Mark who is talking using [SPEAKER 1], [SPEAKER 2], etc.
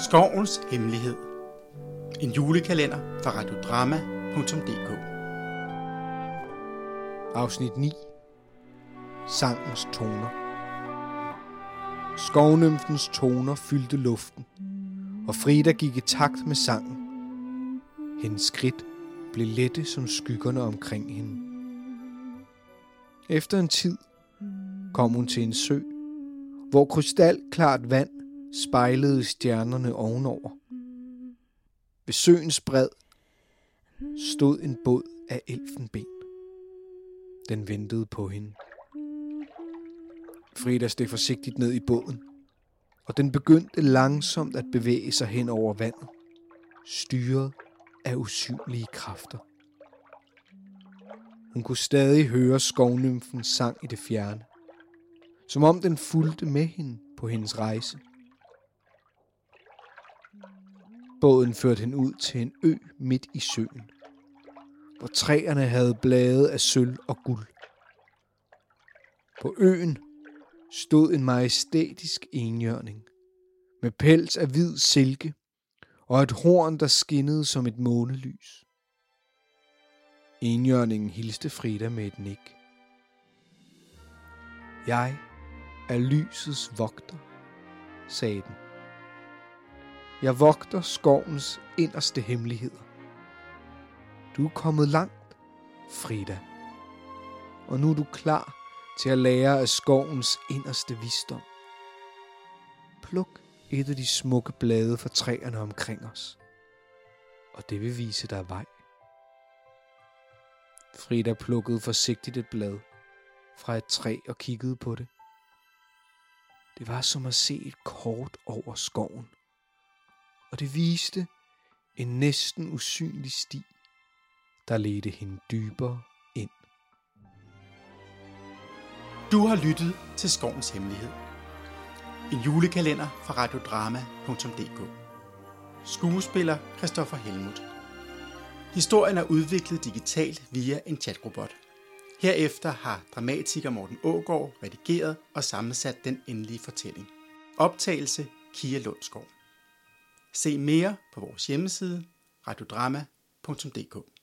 [SPEAKER 1] Skovens hemmelighed. En julekalender fra radiodrama.dk.
[SPEAKER 2] Afsnit 9. Sangens toner. Skovnymfens toner fyldte luften, og Frida gik i takt med sangen. Hendes skridt blev lette som skyggerne omkring hende. Efter en tid kom hun til en sø, hvor krystalklart vand spejlede stjernerne ovenover. Ved søens bred stod en båd af elfenben. Den ventede på hende. Frida steg forsigtigt ned i båden, og den begyndte langsomt at bevæge sig hen over vandet, styret af usynlige kræfter. Hun kunne stadig høre skovnymfens sang i det fjerne, som om den fulgte med hende på hendes rejse. Båden førte hende ud til en ø midt i søen, hvor træerne havde blade af sølv og guld. På øen stod en majestætisk enhjørning med pels af hvid silke og et horn, der skinnede som et månelys. Enhjørningen hilste Frida med et nik. Jeg er lysets vogter, sagde den. Jeg vogter skovens inderste hemmeligheder. Du er kommet langt, Frida, og nu er du klar til at lære af skovens inderste visdom. Pluk et af de smukke blade fra træerne omkring os, og det vil vise dig vej. Frida plukkede forsigtigt et blad fra et træ og kiggede på det. Det var som at se et kort over skoven, og det viste en næsten usynlig sti, der ledte hende dybere ind.
[SPEAKER 1] Du har lyttet til Skovens hemmelighed. En julekalender fra radiodrama.dk. Skuespiller Christoffer Helmuth. Historien er udviklet digitalt via en chatrobot. Herefter har dramatiker Morten Aagaard redigeret og sammensat den endelige fortælling. Optagelse Kia Lundsgaard. Se mere på vores hjemmeside radiodrama.dk.